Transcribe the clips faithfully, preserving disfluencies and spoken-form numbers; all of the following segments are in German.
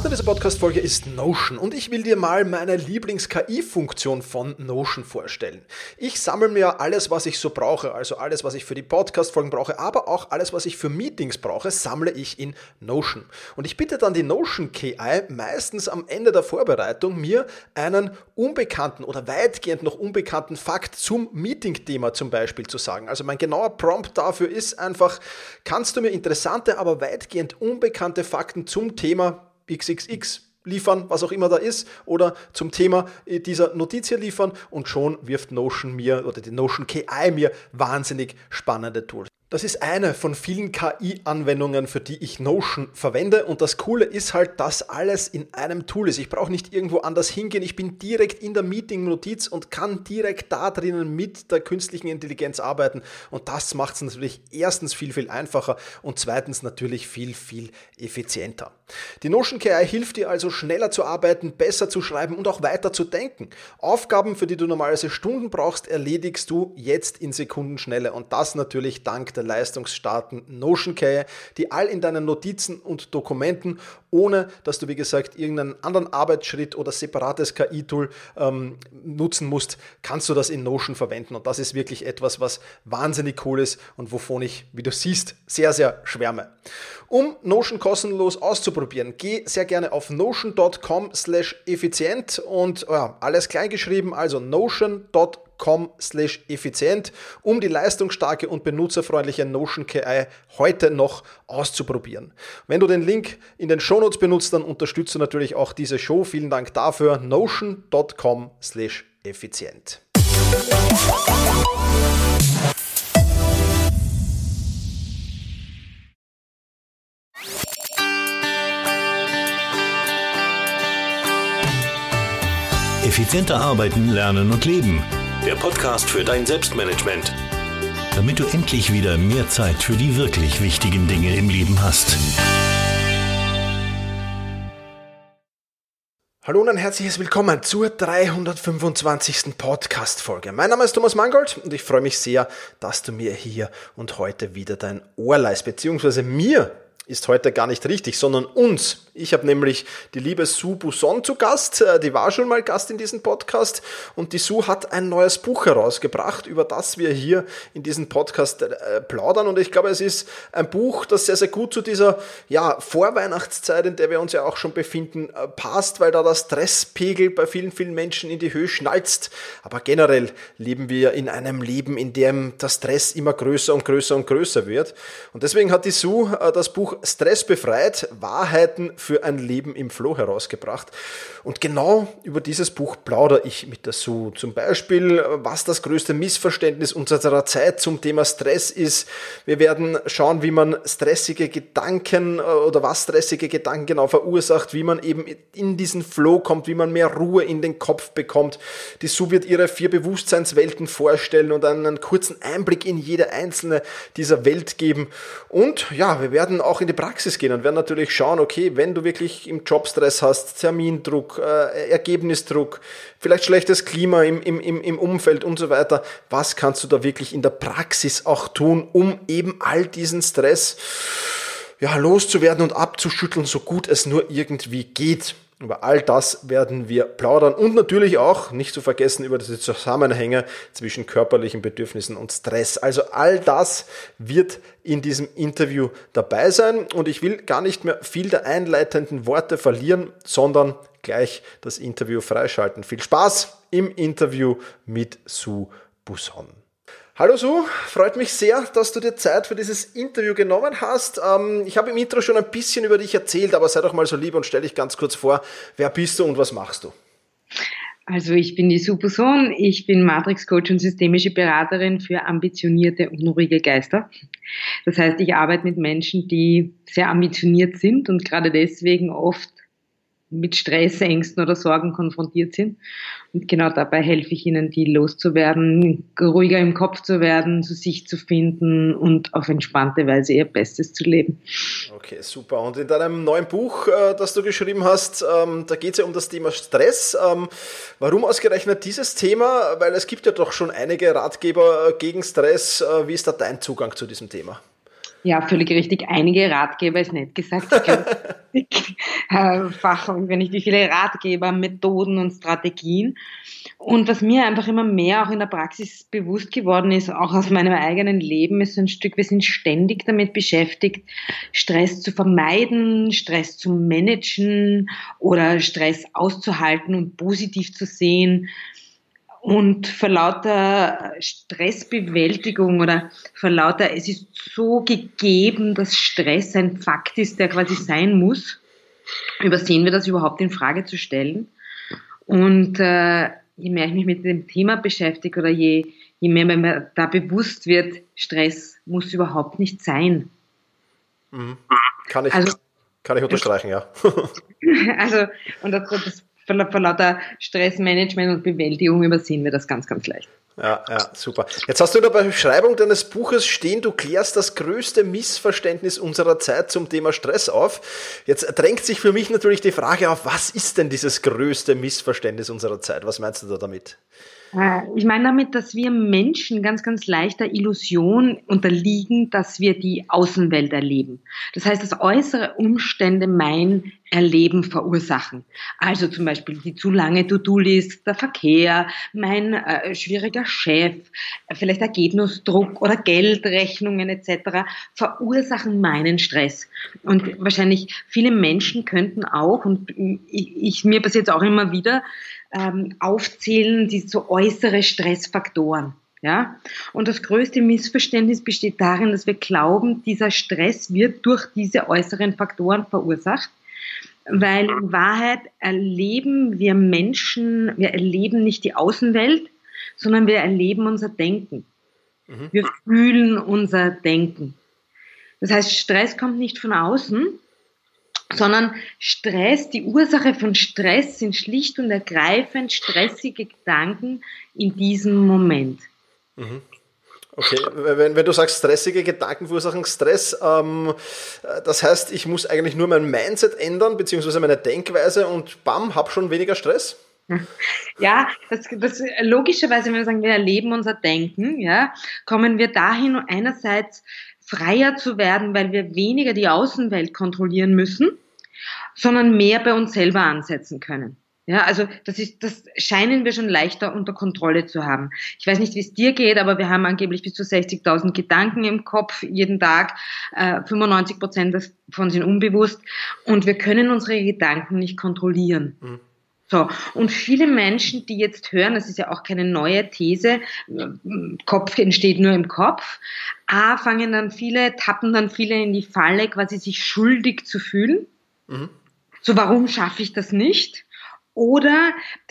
Partner dieser Podcast-Folge ist Notion und ich will dir mal meine Lieblings-K I-Funktion von Notion vorstellen. Ich sammle mir alles, was ich so brauche, also alles, was ich für die Podcast-Folgen brauche, aber auch alles, was ich für Meetings brauche, sammle ich in Notion. Und ich bitte dann die Notion K I meistens am Ende der Vorbereitung, mir einen unbekannten oder weitgehend noch unbekannten Fakt zum Meeting-Thema zum Beispiel zu sagen. Also mein genauer Prompt dafür ist einfach, kannst du mir interessante, aber weitgehend unbekannte Fakten zum Thema X X X liefern, was auch immer da ist, oder zum Thema dieser Notiz hier liefern, und schon wirft Notion mir oder die Notion K I mir wahnsinnig spannende Tools. Das ist eine von vielen K I-Anwendungen, für die ich Notion verwende, und das Coole ist halt, dass alles in einem Tool ist. Ich brauche nicht irgendwo anders hingehen, ich bin direkt in der Meeting-Notiz und kann direkt da drinnen mit der künstlichen Intelligenz arbeiten, und das macht es natürlich erstens viel, viel einfacher und zweitens natürlich viel, viel effizienter. Die Notion K I hilft dir also schneller zu arbeiten, besser zu schreiben und auch weiter zu denken. Aufgaben, für die du normalerweise Stunden brauchst, erledigst du jetzt in Sekundenschnelle, und das natürlich dank der leistungsstarken Notion K I, die all in deinen Notizen und Dokumenten, ohne dass du, wie gesagt, irgendeinen anderen Arbeitsschritt oder separates K I-Tool ähm, nutzen musst, kannst du das in Notion verwenden, und das ist wirklich etwas, was wahnsinnig cool ist und wovon ich, wie du siehst, sehr, sehr schwärme. Um Notion kostenlos auszuprobieren, geh sehr gerne auf notion punkt com slash effizient und ja, alles klein geschrieben, also notion punkt com slash effizient, um die leistungsstarke und benutzerfreundliche Notion K I heute noch auszuprobieren. Wenn du den Link in den Shownotes benutzt, dann unterstützt du natürlich auch diese Show. Vielen Dank dafür. notion punkt com slash effizient. Effizienter arbeiten, lernen und leben. Der Podcast für dein Selbstmanagement. Damit du endlich wieder mehr Zeit für die wirklich wichtigen Dinge im Leben hast. Hallo und ein herzliches Willkommen zur dreihundertfünfundzwanzigsten Podcast-Folge. Mein Name ist Thomas Mangold und ich freue mich sehr, dass du mir hier und heute wieder dein Ohr leihst, beziehungsweise mir ist heute gar nicht richtig, sondern uns. Ich habe nämlich die liebe Sue Buson zu Gast, die war schon mal Gast in diesem Podcast, und die Sue hat ein neues Buch herausgebracht, über das wir hier in diesem Podcast äh, plaudern, und ich glaube, es ist ein Buch, das sehr, sehr gut zu dieser ja, Vorweihnachtszeit, in der wir uns ja auch schon befinden, äh, passt, weil da der Stresspegel bei vielen, vielen Menschen in die Höhe schnalzt, aber generell leben wir in einem Leben, in dem der Stress immer größer und größer und größer wird, und deswegen hat die Sue äh, das Buch Stressbefreit, Wahrheiten für ein Leben im Flow herausgebracht. Und genau über dieses Buch plaudere ich mit der Sue. Zum Beispiel, was das größte Missverständnis unserer Zeit zum Thema Stress ist. Wir werden schauen, wie man stressige Gedanken oder was stressige Gedanken genau verursacht, wie man eben in diesen Flow kommt, wie man mehr Ruhe in den Kopf bekommt. Die Sue wird ihre vier Bewusstseinswelten vorstellen und einen kurzen Einblick in jede einzelne dieser Welt geben. Und ja, wir werden auch in die Praxis gehen und werden natürlich schauen, okay, wenn du wirklich im Job Stress hast, Termindruck, äh, Ergebnisdruck, vielleicht schlechtes Klima im, im, im Umfeld und so weiter, was kannst du da wirklich in der Praxis auch tun, um eben all diesen Stress ja, loszuwerden und abzuschütteln, so gut es nur irgendwie geht. Über all das werden wir plaudern und natürlich auch, nicht zu vergessen, über diese Zusammenhänge zwischen körperlichen Bedürfnissen und Stress. Also all das wird in diesem Interview dabei sein, und ich will gar nicht mehr viel der einleitenden Worte verlieren, sondern gleich das Interview freischalten. Viel Spaß im Interview mit Sue Buson. Hallo Sue, freut mich sehr, dass du dir Zeit für dieses Interview genommen hast. Ich habe im Intro schon ein bisschen über dich erzählt, aber sei doch mal so lieb und stell dich ganz kurz vor. Wer bist du und was machst du? Also ich bin die Sue Buson, ich bin Matrix-Coach und systemische Beraterin für ambitionierte, unruhige Geister. Das heißt, ich arbeite mit Menschen, die sehr ambitioniert sind und gerade deswegen oft mit Stress, Ängsten oder Sorgen konfrontiert sind. Und genau dabei helfe ich ihnen, die loszuwerden, ruhiger im Kopf zu werden, zu sich zu finden und auf entspannte Weise ihr Bestes zu leben. Okay, super. Und in deinem neuen Buch, das du geschrieben hast, da geht es ja um das Thema Stress. Warum ausgerechnet dieses Thema? Weil es gibt ja doch schon einige Ratgeber gegen Stress. Wie ist da dein Zugang zu diesem Thema? Ja, völlig richtig. Einige Ratgeber ist nicht gesagt. Ich kann Fach und wenn nicht wie viele Ratgeber, Methoden und Strategien. Und was mir einfach immer mehr auch in der Praxis bewusst geworden ist, auch aus meinem eigenen Leben, ist so ein Stück, wir sind ständig damit beschäftigt, Stress zu vermeiden, Stress zu managen oder Stress auszuhalten und positiv zu sehen. Und vor lauter Stressbewältigung oder vor lauter, es ist so gegeben, dass Stress ein Fakt ist, der quasi sein muss, übersehen wir das überhaupt in Frage zu stellen. Und äh, je mehr ich mich mit dem Thema beschäftige oder je, je mehr mir da bewusst wird, Stress muss überhaupt nicht sein. Mhm. Kann ich, also, kann ich unterstreichen, ja. Also, und das, das vor lauter Stressmanagement und Bewältigung übersehen wir das ganz, ganz leicht. Ja, ja, super. Jetzt hast du in der Beschreibung deines Buches stehen, du klärst das größte Missverständnis unserer Zeit zum Thema Stress auf. Jetzt drängt sich für mich natürlich die Frage auf, was ist denn dieses größte Missverständnis unserer Zeit? Was meinst du da damit? Ich meine damit, dass wir Menschen ganz, ganz leicht der Illusion unterliegen, dass wir die Außenwelt erleben. Das heißt, dass äußere Umstände mein Erleben verursachen. Also zum Beispiel die zu lange To-Do-List, der Verkehr, mein äh, schwieriger Chef, vielleicht Ergebnisdruck oder Geldrechnungen et cetera verursachen meinen Stress. Und wahrscheinlich viele Menschen könnten auch, und ich, ich mir passiert es auch immer wieder, ähm, aufzählen die so äußere Stressfaktoren. Ja? Und das größte Missverständnis besteht darin, dass wir glauben, dieser Stress wird durch diese äußeren Faktoren verursacht. Weil in Wahrheit erleben wir Menschen, wir erleben nicht die Außenwelt, sondern wir erleben unser Denken. Mhm. Wir fühlen unser Denken. Das heißt, Stress kommt nicht von außen, sondern Stress, die Ursache von Stress sind schlicht und ergreifend stressige Gedanken in diesem Moment. Mhm. Okay, wenn, wenn du sagst, stressige Gedanken verursachen Stress, ähm, das heißt, ich muss eigentlich nur mein Mindset ändern, beziehungsweise meine Denkweise und bam, hab schon weniger Stress? Ja, das, das logischerweise, wenn wir sagen, wir erleben unser Denken, ja, kommen wir dahin, einerseits freier zu werden, weil wir weniger die Außenwelt kontrollieren müssen, sondern mehr bei uns selber ansetzen können. Ja, also das ist, das scheinen wir schon leichter unter Kontrolle zu haben. Ich weiß nicht, wie es dir geht, aber wir haben angeblich bis zu sechzigtausend Gedanken im Kopf jeden Tag. Äh, fünfundneunzig Prozent davon sind unbewusst und wir können unsere Gedanken nicht kontrollieren. Mhm. So, und viele Menschen, die jetzt hören, das ist ja auch keine neue These, Kopf entsteht nur im Kopf, A, fangen dann viele, tappen dann viele in die Falle, quasi sich schuldig zu fühlen. Mhm. So, warum schaffe ich das nicht? Oder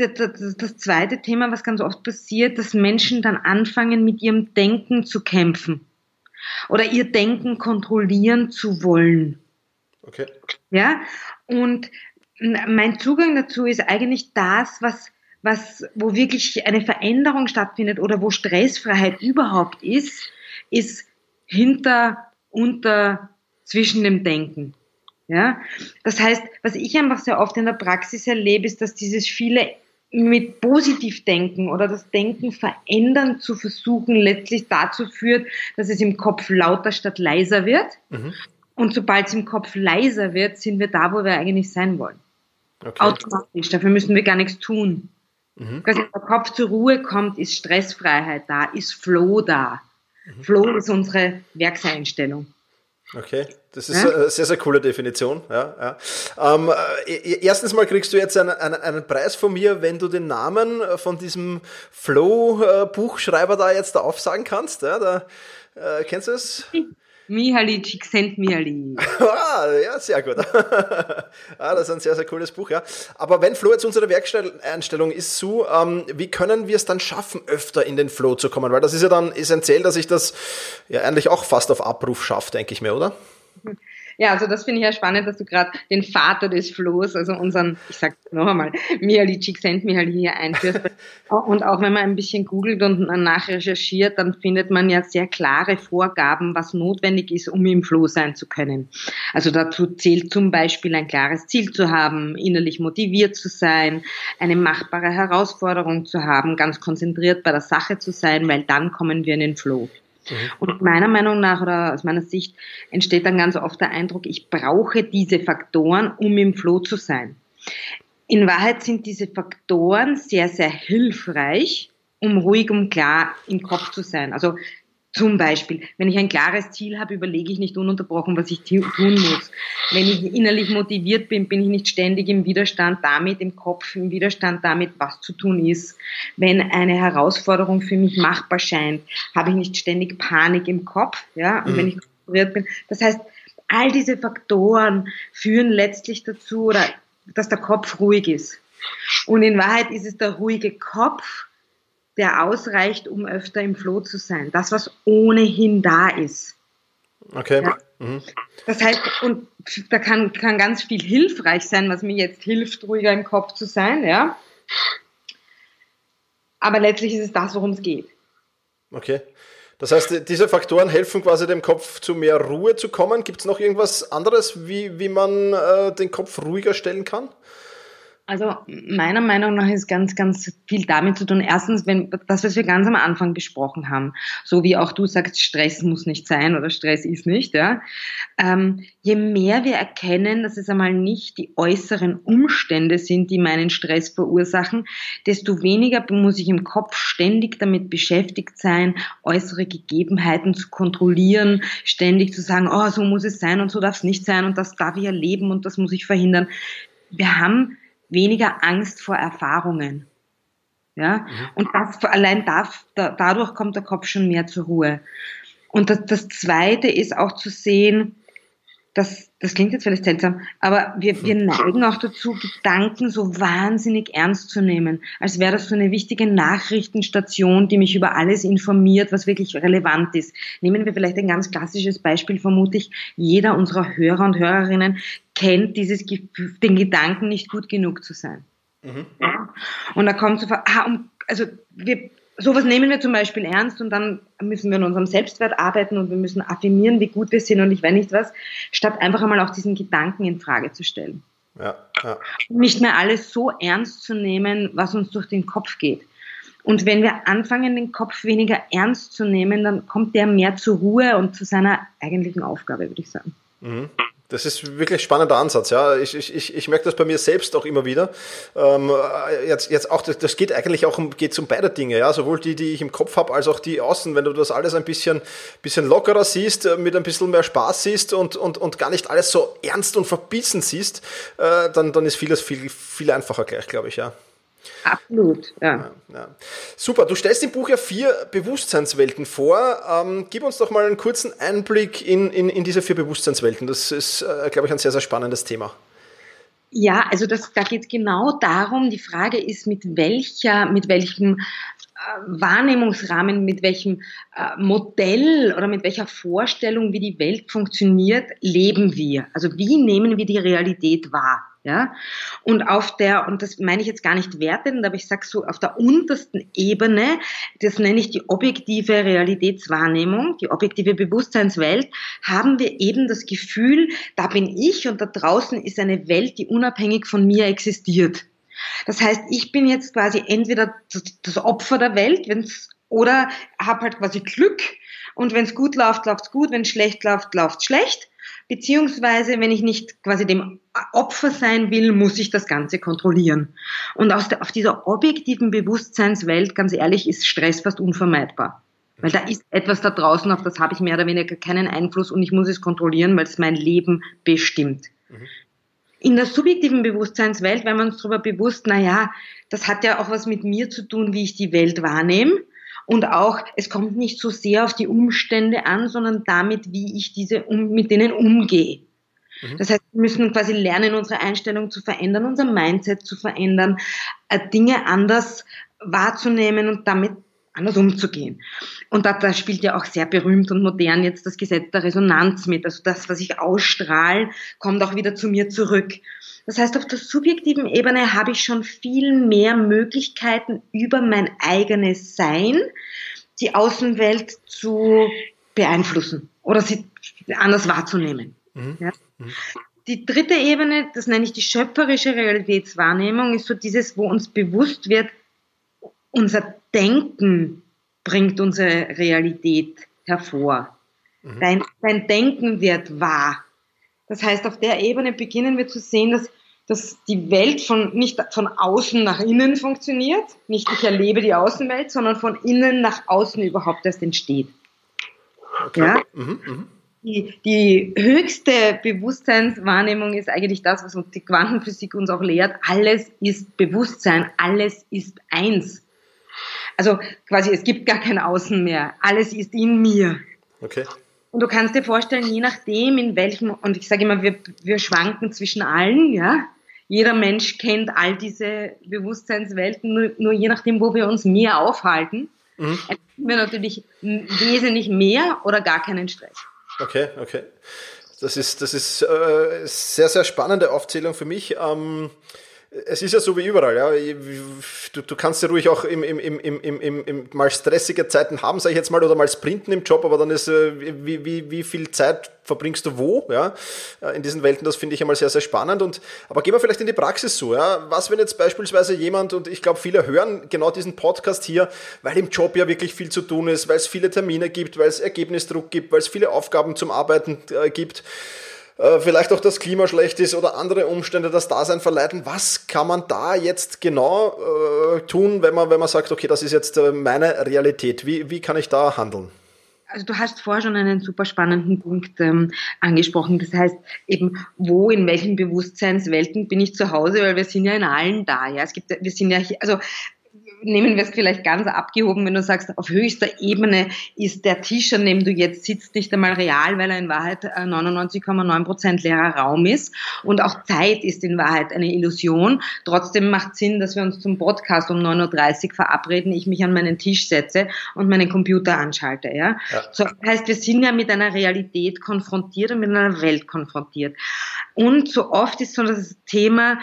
das zweite Thema, was ganz oft passiert, dass Menschen dann anfangen, mit ihrem Denken zu kämpfen oder ihr Denken kontrollieren zu wollen. Okay. Ja, und mein Zugang dazu ist eigentlich das, was, was, wo wirklich eine Veränderung stattfindet oder wo Stressfreiheit überhaupt ist, ist hinter, unter, zwischen dem Denken. Ja, das heißt, was ich einfach sehr oft in der Praxis erlebe, ist, dass dieses viele mit Positivdenken oder das Denken verändern zu versuchen, letztlich dazu führt, dass es im Kopf lauter statt leiser wird. Mhm. Und sobald es im Kopf leiser wird, sind wir da, wo wir eigentlich sein wollen. Okay. Automatisch. Dafür müssen wir gar nichts tun. Mhm. Wenn der Kopf zur Ruhe kommt, ist Stressfreiheit da, ist Flow da. Mhm. Flow ist unsere Werkseinstellung. Okay, das ist ja? eine sehr, sehr coole Definition. Ja, ja. Ähm, erstens mal kriegst du jetzt einen, einen, einen Preis von mir, wenn du den Namen von diesem Flow-Buchschreiber da jetzt da aufsagen kannst. Ja, da, äh, kennst du es? Mihaly Csikszentmihalyi. Ah, ja, sehr gut. Ah, das ist ein sehr, sehr cooles Buch, ja. Aber wenn Flow jetzt unsere Werkeinstellung ist, so, ähm, wie können wir es dann schaffen, öfter in den Flow zu kommen? Weil das ist ja dann essentiell, dass ich das ja eigentlich auch fast auf Abruf schaffe, denke ich mir, oder? Ja, also das finde ich ja spannend, dass du gerade den Vater des Flows, also unseren, ich sag noch einmal, Mihaly Csikszentmihalyi hier einführst. Und auch wenn man ein bisschen googelt und nachrecherchiert, dann findet man ja sehr klare Vorgaben, was notwendig ist, um im Flow sein zu können. Also dazu zählt zum Beispiel ein klares Ziel zu haben, innerlich motiviert zu sein, eine machbare Herausforderung zu haben, ganz konzentriert bei der Sache zu sein, weil dann kommen wir in den Flow. Mhm. Und meiner Meinung nach oder aus meiner Sicht entsteht dann ganz oft der Eindruck, ich brauche diese Faktoren, um im Flow zu sein. In Wahrheit sind diese Faktoren sehr, sehr hilfreich, um ruhig und klar im Kopf zu sein. Also zum Beispiel, wenn ich ein klares Ziel habe, überlege ich nicht ununterbrochen, was ich tun muss. Wenn ich innerlich motiviert bin, bin ich nicht ständig im Widerstand damit, im Kopf, im Widerstand damit, was zu tun ist. Wenn eine Herausforderung für mich machbar scheint, habe ich nicht ständig Panik im Kopf, ja, und mhm. wenn ich konzentriert bin. Das heißt, all diese Faktoren führen letztlich dazu, oder, dass der Kopf ruhig ist. Und in Wahrheit ist es der ruhige Kopf, der ausreicht, um öfter im Flow zu sein. Das, was ohnehin da ist. Okay. Ja? Mhm. Das heißt, und da kann, kann ganz viel hilfreich sein, was mir jetzt hilft, ruhiger im Kopf zu sein, ja. Aber letztlich ist es das, worum es geht. Okay. Das heißt, diese Faktoren helfen quasi dem Kopf zu mehr Ruhe zu kommen. Gibt es noch irgendwas anderes, wie, wie man äh, den Kopf ruhiger stellen kann? Also meiner Meinung nach ist ganz, ganz viel damit zu tun. Erstens, wenn das, was wir ganz am Anfang besprochen haben, so wie auch du sagst, Stress muss nicht sein oder Stress ist nicht, ja. Ähm, je mehr wir erkennen, dass es einmal nicht die äußeren Umstände sind, die meinen Stress verursachen, desto weniger muss ich im Kopf ständig damit beschäftigt sein, äußere Gegebenheiten zu kontrollieren, ständig zu sagen, oh, so muss es sein und so darf es nicht sein und das darf ich erleben und das muss ich verhindern. Wir haben weniger Angst vor Erfahrungen. Ja? Mhm. Und das, allein darf, da, dadurch kommt der Kopf schon mehr zur Ruhe. Und das, das Zweite ist auch zu sehen, dass, das klingt jetzt vielleicht seltsam, aber wir, wir neigen auch dazu, Gedanken so wahnsinnig ernst zu nehmen, als wäre das so eine wichtige Nachrichtenstation, die mich über alles informiert, was wirklich relevant ist. Nehmen wir vielleicht ein ganz klassisches Beispiel, vermutlich jeder unserer Hörer und Hörerinnen kennt dieses Gefühl, den Gedanken, nicht gut genug zu sein. Mhm. Ja? Und da kommt so, ah, um, also wir, sowas nehmen wir zum Beispiel ernst und dann müssen wir an unserem Selbstwert arbeiten und wir müssen affirmieren, wie gut wir sind und ich weiß nicht was, statt einfach einmal auch diesen Gedanken in Frage zu stellen. Ja, ja. Nicht mehr alles so ernst zu nehmen, was uns durch den Kopf geht. Und wenn wir anfangen, den Kopf weniger ernst zu nehmen, dann kommt der mehr zur Ruhe und zu seiner eigentlichen Aufgabe, würde ich sagen. Mhm. Das ist wirklich ein spannender Ansatz, ja. Ich, ich, ich merke das bei mir selbst auch immer wieder. Ähm, jetzt, jetzt auch, das, das geht eigentlich auch um, geht um beide Dinge, ja. Sowohl die, die ich im Kopf habe, als auch die außen. Wenn du das alles ein bisschen, bisschen lockerer siehst, mit ein bisschen mehr Spaß siehst und, und, und gar nicht alles so ernst und verbissen siehst, äh, dann, dann ist vieles viel, viel einfacher gleich, glaube ich, ja. Absolut, ja. Ja, ja. Super, du stellst im Buch ja vier Bewusstseinswelten vor. Ähm, gib uns doch mal einen kurzen Einblick in, in, in diese vier Bewusstseinswelten. Das ist, äh, glaube ich, ein sehr, sehr spannendes Thema. Ja, also das, da geht es genau darum, die Frage ist, mit welcher, mit welchem äh, Wahrnehmungsrahmen, mit welchem äh, Modell oder mit welcher Vorstellung, wie die Welt funktioniert, leben wir. Also wie nehmen wir die Realität wahr? Ja, und auf der, und das meine ich jetzt gar nicht wertend, aber ich sage so, auf der untersten Ebene, das nenne ich die objektive Realitätswahrnehmung, die objektive Bewusstseinswelt, haben wir eben das Gefühl, da bin ich und da draußen ist eine Welt, die unabhängig von mir existiert. Das heißt, ich bin jetzt quasi entweder das Opfer der Welt, wenn's, oder habe halt quasi Glück und wenn es gut läuft, läuft es gut, wenn es schlecht läuft, läuft es schlecht. Beziehungsweise, wenn ich nicht quasi dem Opfer sein will, muss ich das Ganze kontrollieren. Und aus der, auf dieser objektiven Bewusstseinswelt, ganz ehrlich, ist Stress fast unvermeidbar. Weil da ist etwas da draußen, auf das habe ich mehr oder weniger keinen Einfluss und ich muss es kontrollieren, weil es mein Leben bestimmt. Mhm. In der subjektiven Bewusstseinswelt werden wir uns darüber bewusst, na ja, das hat ja auch was mit mir zu tun, wie ich die Welt wahrnehme. Und auch, es kommt nicht so sehr auf die Umstände an, sondern damit, wie ich diese um, mit denen umgehe. Mhm. Das heißt, wir müssen quasi lernen, unsere Einstellung zu verändern, unser Mindset zu verändern, äh, Dinge anders wahrzunehmen und damit anders umzugehen. Und da, da spielt ja auch sehr berühmt und modern jetzt das Gesetz der Resonanz mit. Also das, was ich ausstrahle, kommt auch wieder zu mir zurück. Das heißt, auf der subjektiven Ebene habe ich schon viel mehr Möglichkeiten, über mein eigenes Sein die Außenwelt zu beeinflussen oder sie anders wahrzunehmen. Mhm. Ja. Mhm. Die dritte Ebene, das nenne ich die schöpferische Realitätswahrnehmung, ist so dieses, wo uns bewusst wird, unser Denken bringt unsere Realität hervor. Mhm. Dein, dein Denken wird wahr. Das heißt, auf der Ebene beginnen wir zu sehen, dass, dass die Welt von, nicht von außen nach innen funktioniert, nicht ich erlebe die Außenwelt, sondern von innen nach außen überhaupt erst entsteht. Okay. Ja? Mhm, mh. Die, die höchste Bewusstseinswahrnehmung ist eigentlich das, was uns die Quantenphysik uns auch lehrt. Alles ist Bewusstsein, alles ist eins. Also quasi, es gibt gar kein Außen mehr. Alles ist in mir. Okay. Und du kannst dir vorstellen, je nachdem, in welchem, und ich sage immer, wir, wir schwanken zwischen allen, ja. Jeder Mensch kennt all diese Bewusstseinswelten, nur, nur je nachdem, wo wir uns mehr aufhalten, mhm. erleben wir natürlich wesentlich mehr oder gar keinen Stress. Okay, okay. Das ist, das ist äh, sehr, sehr spannende Aufzählung für mich. Ähm, es ist ja so wie überall, ja. Du, du kannst ja ruhig auch im, im, im, im, im, im mal stressige Zeiten haben, sage ich jetzt mal, oder mal Sprinten im Job, aber dann ist, äh, wie, wie, wie viel Zeit verbringst du wo, ja, in diesen Welten, das finde ich einmal sehr, sehr spannend. Und, aber gehen wir vielleicht in die Praxis so, ja. Was, wenn jetzt beispielsweise jemand, und ich glaube, viele hören genau diesen Podcast hier, weil im Job ja wirklich viel zu tun ist, weil es viele Termine gibt, weil es Ergebnisdruck gibt, weil es viele Aufgaben zum Arbeiten äh, gibt, äh, vielleicht auch das Klima schlecht ist oder andere Umstände das Dasein verleiten. Was kann man da jetzt genau äh, tun, wenn man, wenn man sagt, okay, das ist jetzt äh, meine Realität? Wie, wie kann ich da handeln? Also du hast vorher schon einen super spannenden Punkt ähm, angesprochen. Das heißt eben, wo, in welchen Bewusstseinswelten bin ich zu Hause, weil wir sind ja in allen da. Ja, es gibt, wir sind ja hier, also nehmen wir es vielleicht ganz abgehoben, wenn du sagst, auf höchster Ebene ist der Tisch, an dem du jetzt sitzt, nicht einmal real, weil er in Wahrheit neunundneunzig Komma neun Prozent leerer Raum ist. Und auch Zeit ist in Wahrheit eine Illusion. Trotzdem macht es Sinn, dass wir uns zum Podcast um neun Uhr dreißig verabreden, ich mich an meinen Tisch setze und meinen Computer anschalte. Ja? Ja. So, das heißt, wir sind ja mit einer Realität konfrontiert und mit einer Welt konfrontiert. Und so oft ist so das Thema,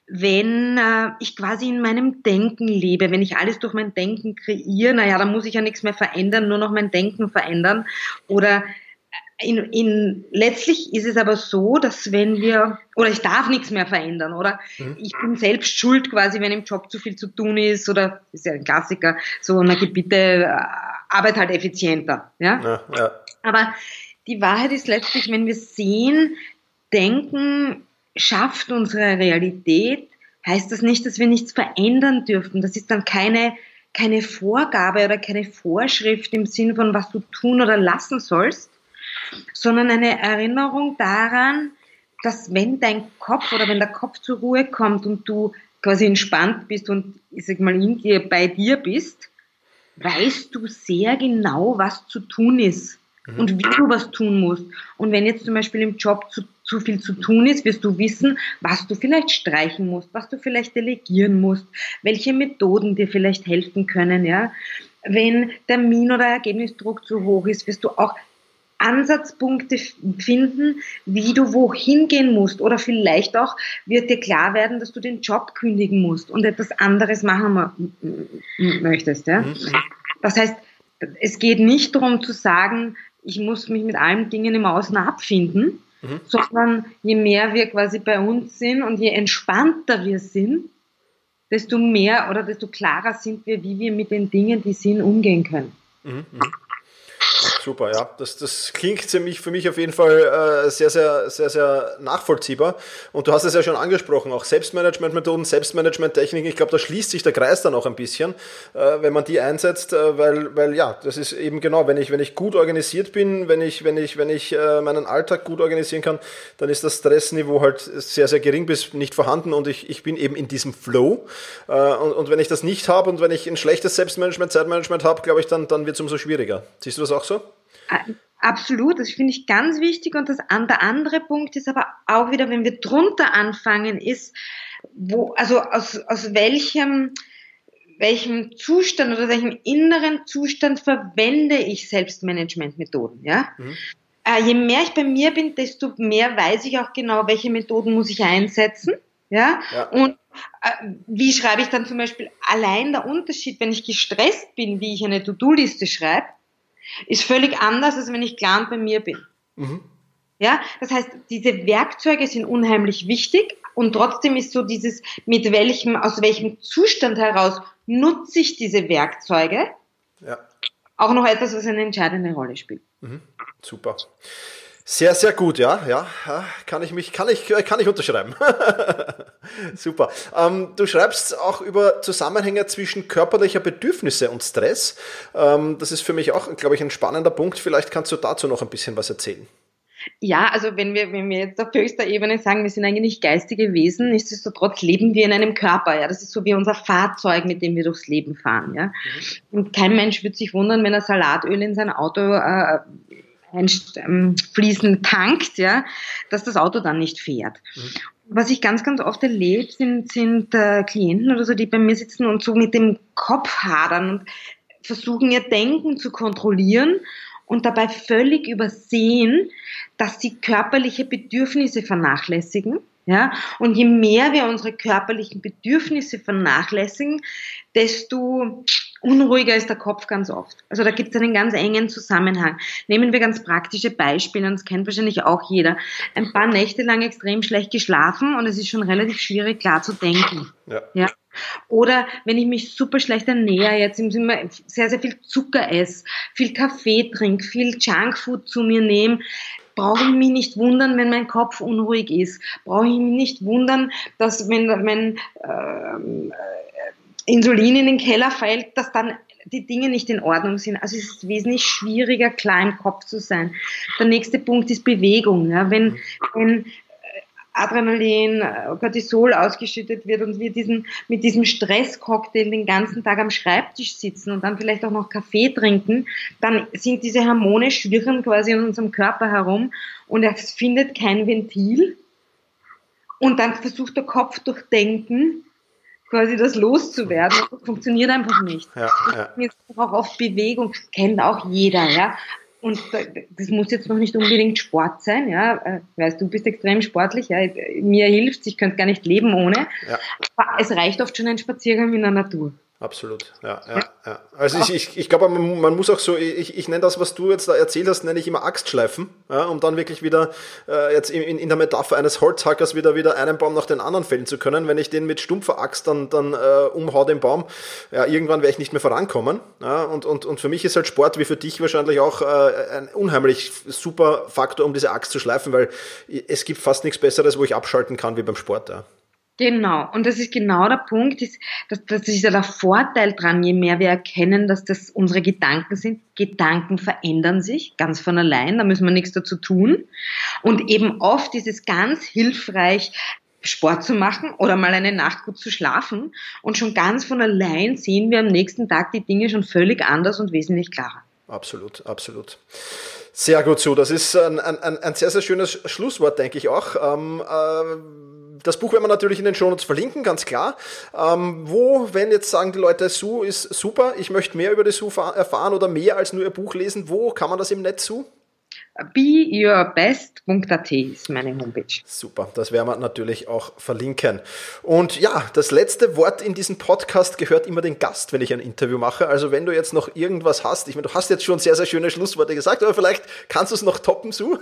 wenn äh, ich quasi in meinem Denken lebe, wenn ich alles durch mein Denken kreiere, naja, dann muss ich ja nichts mehr verändern, nur noch mein Denken verändern. Oder in, in letztlich ist es aber so, dass wenn wir, oder ich darf nichts mehr verändern, oder mhm. ich bin selbst schuld quasi, wenn im Job zu viel zu tun ist, oder, das ist ja ein Klassiker, so, na geh bitte, äh, arbeit halt effizienter. Ja? Ja, ja. Aber die Wahrheit ist letztlich, wenn wir sehen, Denken schafft unsere Realität, heißt das nicht, dass wir nichts verändern dürfen. Das ist dann keine, keine Vorgabe oder keine Vorschrift im Sinn von, was du tun oder lassen sollst, sondern eine Erinnerung daran, dass wenn dein Kopf oder wenn der Kopf zur Ruhe kommt und du quasi entspannt bist und, ich sag mal, in dir, bei dir bist, weißt du sehr genau, was zu tun ist. Und wie du was tun musst. Und wenn jetzt zum Beispiel im Job zu, zu viel zu tun ist, wirst du wissen, was du vielleicht streichen musst, was du vielleicht delegieren musst, welche Methoden dir vielleicht helfen können. Ja? Wenn Termin- oder Ergebnisdruck zu hoch ist, wirst du auch Ansatzpunkte finden, wie du wohin gehen musst. Oder vielleicht auch wird dir klar werden, dass du den Job kündigen musst und etwas anderes machen möchtest. Ja? Das heißt, es geht nicht darum zu sagen, ich muss mich mit allen Dingen im Außen abfinden, mhm. sondern je mehr wir quasi bei uns sind und je entspannter wir sind, desto mehr oder desto klarer sind wir, wie wir mit den Dingen, die sind, umgehen können. Mhm. Super, ja. Das, das klingt für mich, für mich auf jeden Fall äh, sehr, sehr, sehr, sehr nachvollziehbar. Und du hast es ja schon angesprochen, auch Selbstmanagement-Methoden, Selbstmanagement-Techniken. Ich glaube, da schließt sich der Kreis dann auch ein bisschen, äh, wenn man die einsetzt, äh, weil, weil ja, das ist eben genau, wenn ich, wenn ich gut organisiert bin, wenn ich, wenn ich, wenn ich äh, meinen Alltag gut organisieren kann, dann ist das Stressniveau halt sehr, sehr gering bis nicht vorhanden und ich, ich bin eben in diesem Flow. Äh, und, und wenn ich das nicht habe und wenn ich ein schlechtes Selbstmanagement, Zeitmanagement habe, glaube ich, dann, dann wird es umso schwieriger. Siehst du das auch so? Absolut, das finde ich ganz wichtig und das, der andere Punkt ist aber auch wieder, wenn wir drunter anfangen, ist, wo, also aus, aus welchem, welchem Zustand oder welchem inneren Zustand verwende ich Selbstmanagementmethoden, ja? Mhm. Äh, je mehr ich bei mir bin, desto mehr weiß ich auch genau, welche Methoden muss ich einsetzen, ja? Ja. Und äh, wie schreibe ich dann zum Beispiel allein der Unterschied, wenn ich gestresst bin, wie ich eine To-Do-Liste schreibe, ist völlig anders, als wenn ich klar und bei mir bin. Mhm. Ja, das heißt, diese Werkzeuge sind unheimlich wichtig und trotzdem ist so dieses, mit welchem, aus welchem Zustand heraus nutze ich diese Werkzeuge, ja. auch noch etwas, was eine entscheidende Rolle spielt. Mhm. Super. Sehr, sehr gut, ja, ja, kann ich mich, kann ich, kann ich unterschreiben. Super. Ähm, du schreibst auch über Zusammenhänge zwischen körperlicher Bedürfnisse und Stress. Ähm, das ist für mich auch, glaube ich, ein spannender Punkt. Vielleicht kannst du dazu noch ein bisschen was erzählen. Ja, also wenn wir, wenn wir jetzt auf höchster Ebene sagen, wir sind eigentlich geistige Wesen, nichtsdestotrotz leben wir in einem Körper, ja. Das ist so wie unser Fahrzeug, mit dem wir durchs Leben fahren, ja. Mhm. Und kein Mensch wird sich wundern, wenn er Salatöl in sein Auto äh, fließend tankt, ja, dass das Auto dann nicht fährt. Mhm. Was ich ganz, ganz oft erlebe, sind, sind äh, Klienten oder so, die bei mir sitzen und so mit dem Kopf hadern und versuchen, ihr Denken zu kontrollieren und dabei völlig übersehen, dass sie körperliche Bedürfnisse vernachlässigen. Ja, und je mehr wir unsere körperlichen Bedürfnisse vernachlässigen, desto unruhiger ist der Kopf ganz oft. Also da gibt es einen ganz engen Zusammenhang. Nehmen wir ganz praktische Beispiele, und das kennt wahrscheinlich auch jeder. Ein paar Nächte lang extrem schlecht geschlafen und es ist schon relativ schwierig, klar zu denken. Ja. Ja. Oder wenn ich mich super schlecht ernähre, jetzt im Sinne sehr, sehr viel Zucker esse, viel Kaffee trinke, viel Junkfood zu mir nehme, brauche ich mich nicht wundern, wenn mein Kopf unruhig ist. Brauche ich mich nicht wundern, dass wenn mein äh, Insulin in den Keller fällt, dass dann die Dinge nicht in Ordnung sind. Also es ist wesentlich schwieriger, klar im Kopf zu sein. Der nächste Punkt ist Bewegung. Ja, wenn, wenn Adrenalin, Cortisol ausgeschüttet wird und wir diesen, mit diesem Stresscocktail den ganzen Tag am Schreibtisch sitzen und dann vielleicht auch noch Kaffee trinken, dann sind diese Hormone schwirren quasi in unserem Körper herum und es findet kein Ventil und dann versucht der Kopf durch Denken quasi das loszuwerden. Das funktioniert einfach nicht. Ja, ja. Jetzt auch auf Bewegung, kennt auch jeder, ja. Und das muss jetzt noch nicht unbedingt Sport sein, ja. Weißt du, bist extrem sportlich, ja. Mir hilft's, ich könnte gar nicht leben ohne. Ja. Aber es reicht oft schon ein Spaziergang in der Natur. Absolut, ja, ja, ja. Also ich, ich, ich glaube, man, man muss auch so, ich, ich nenne das, was du jetzt da erzählt hast, nenne ich immer Axtschleifen, ja, um dann wirklich wieder äh, jetzt in, in der Metapher eines Holzhackers wieder wieder einen Baum nach den anderen fällen zu können. Wenn ich den mit stumpfer Axt dann, dann äh, umhau, den Baum, ja, irgendwann werde ich nicht mehr vorankommen. Ja, und, und, und für mich ist halt Sport, wie für dich wahrscheinlich auch, äh, ein unheimlich super Faktor, um diese Axt zu schleifen, weil es gibt fast nichts Besseres, wo ich abschalten kann, wie beim Sport, ja. Genau, und das ist genau der Punkt, ist, das, das ist ja der Vorteil dran, je mehr wir erkennen, dass das unsere Gedanken sind. Gedanken verändern sich ganz von allein, da müssen wir nichts dazu tun. Und eben oft ist es ganz hilfreich, Sport zu machen oder mal eine Nacht gut zu schlafen. Und schon ganz von allein sehen wir am nächsten Tag die Dinge schon völlig anders und wesentlich klarer. Absolut, absolut. Sehr gut so, das ist ein, ein, ein sehr, sehr schönes Schlusswort, denke ich auch. Ähm, äh, Das Buch werden wir natürlich in den Shownotes verlinken, ganz klar. Ähm, wo, wenn jetzt sagen die Leute, Sue ist super, ich möchte mehr über die Sue erfahren oder mehr als nur ihr Buch lesen, wo kann man das im Netz, Sue? be your best punkt a t ist meine Homepage. Super, das werden wir natürlich auch verlinken. Und ja, das letzte Wort in diesem Podcast gehört immer den Gast, wenn ich ein Interview mache. Also wenn du jetzt noch irgendwas hast, ich meine, du hast jetzt schon sehr, sehr schöne Schlussworte gesagt, aber vielleicht kannst du es noch toppen, Sue.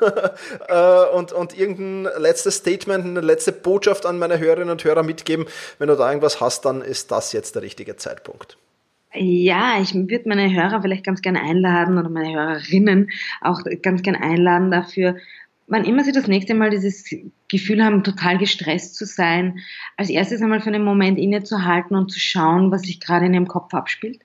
und, und irgendein letztes Statement, eine letzte Botschaft an meine Hörerinnen und Hörer mitgeben. Wenn du da irgendwas hast, dann ist das jetzt der richtige Zeitpunkt. Ja, ich würde meine Hörer vielleicht ganz gerne einladen oder meine Hörerinnen auch ganz gerne einladen dafür, wann immer sie das nächste Mal dieses Gefühl haben, total gestresst zu sein, als erstes einmal für einen Moment innezuhalten und zu schauen, was sich gerade in ihrem Kopf abspielt.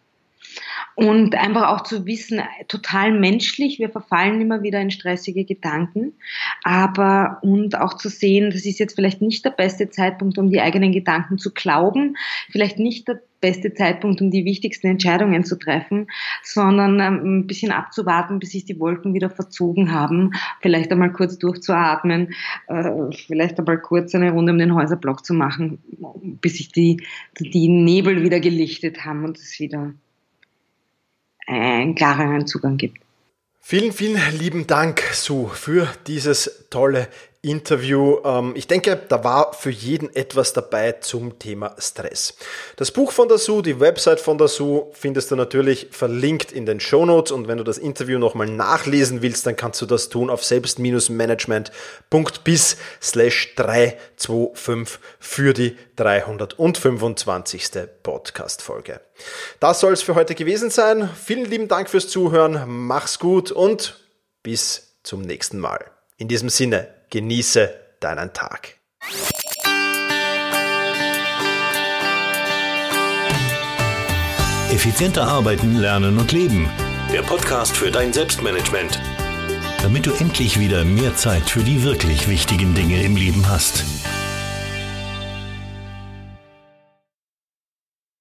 Und einfach auch zu wissen, total menschlich, wir verfallen immer wieder in stressige Gedanken, aber und auch zu sehen, das ist jetzt vielleicht nicht der beste Zeitpunkt, um die eigenen Gedanken zu glauben, vielleicht nicht der beste Zeitpunkt, um die wichtigsten Entscheidungen zu treffen, sondern ein bisschen abzuwarten, bis sich die Wolken wieder verzogen haben, vielleicht einmal kurz durchzuatmen, vielleicht einmal kurz eine Runde um den Häuserblock zu machen, bis sich die, die Nebel wieder gelichtet haben und es wieder einen klareren Zugang gibt. Vielen, vielen lieben Dank, Sue, für dieses tolle Interview. Ich denke, da war für jeden etwas dabei zum Thema Stress. Das Buch von der Sue, die Website von der Sue findest du natürlich verlinkt in den Shownotes, und wenn du das Interview nochmal nachlesen willst, dann kannst du das tun auf selbst-management.biz slash drei zwei fünf für die dreihundertfünfundzwanzigste Podcast-Folge. Das soll es für heute gewesen sein. Vielen lieben Dank fürs Zuhören. Mach's gut und bis zum nächsten Mal. In diesem Sinne, genieße deinen Tag. Effizienter arbeiten, lernen und leben. Der Podcast für dein Selbstmanagement. Damit du endlich wieder mehr Zeit für die wirklich wichtigen Dinge im Leben hast.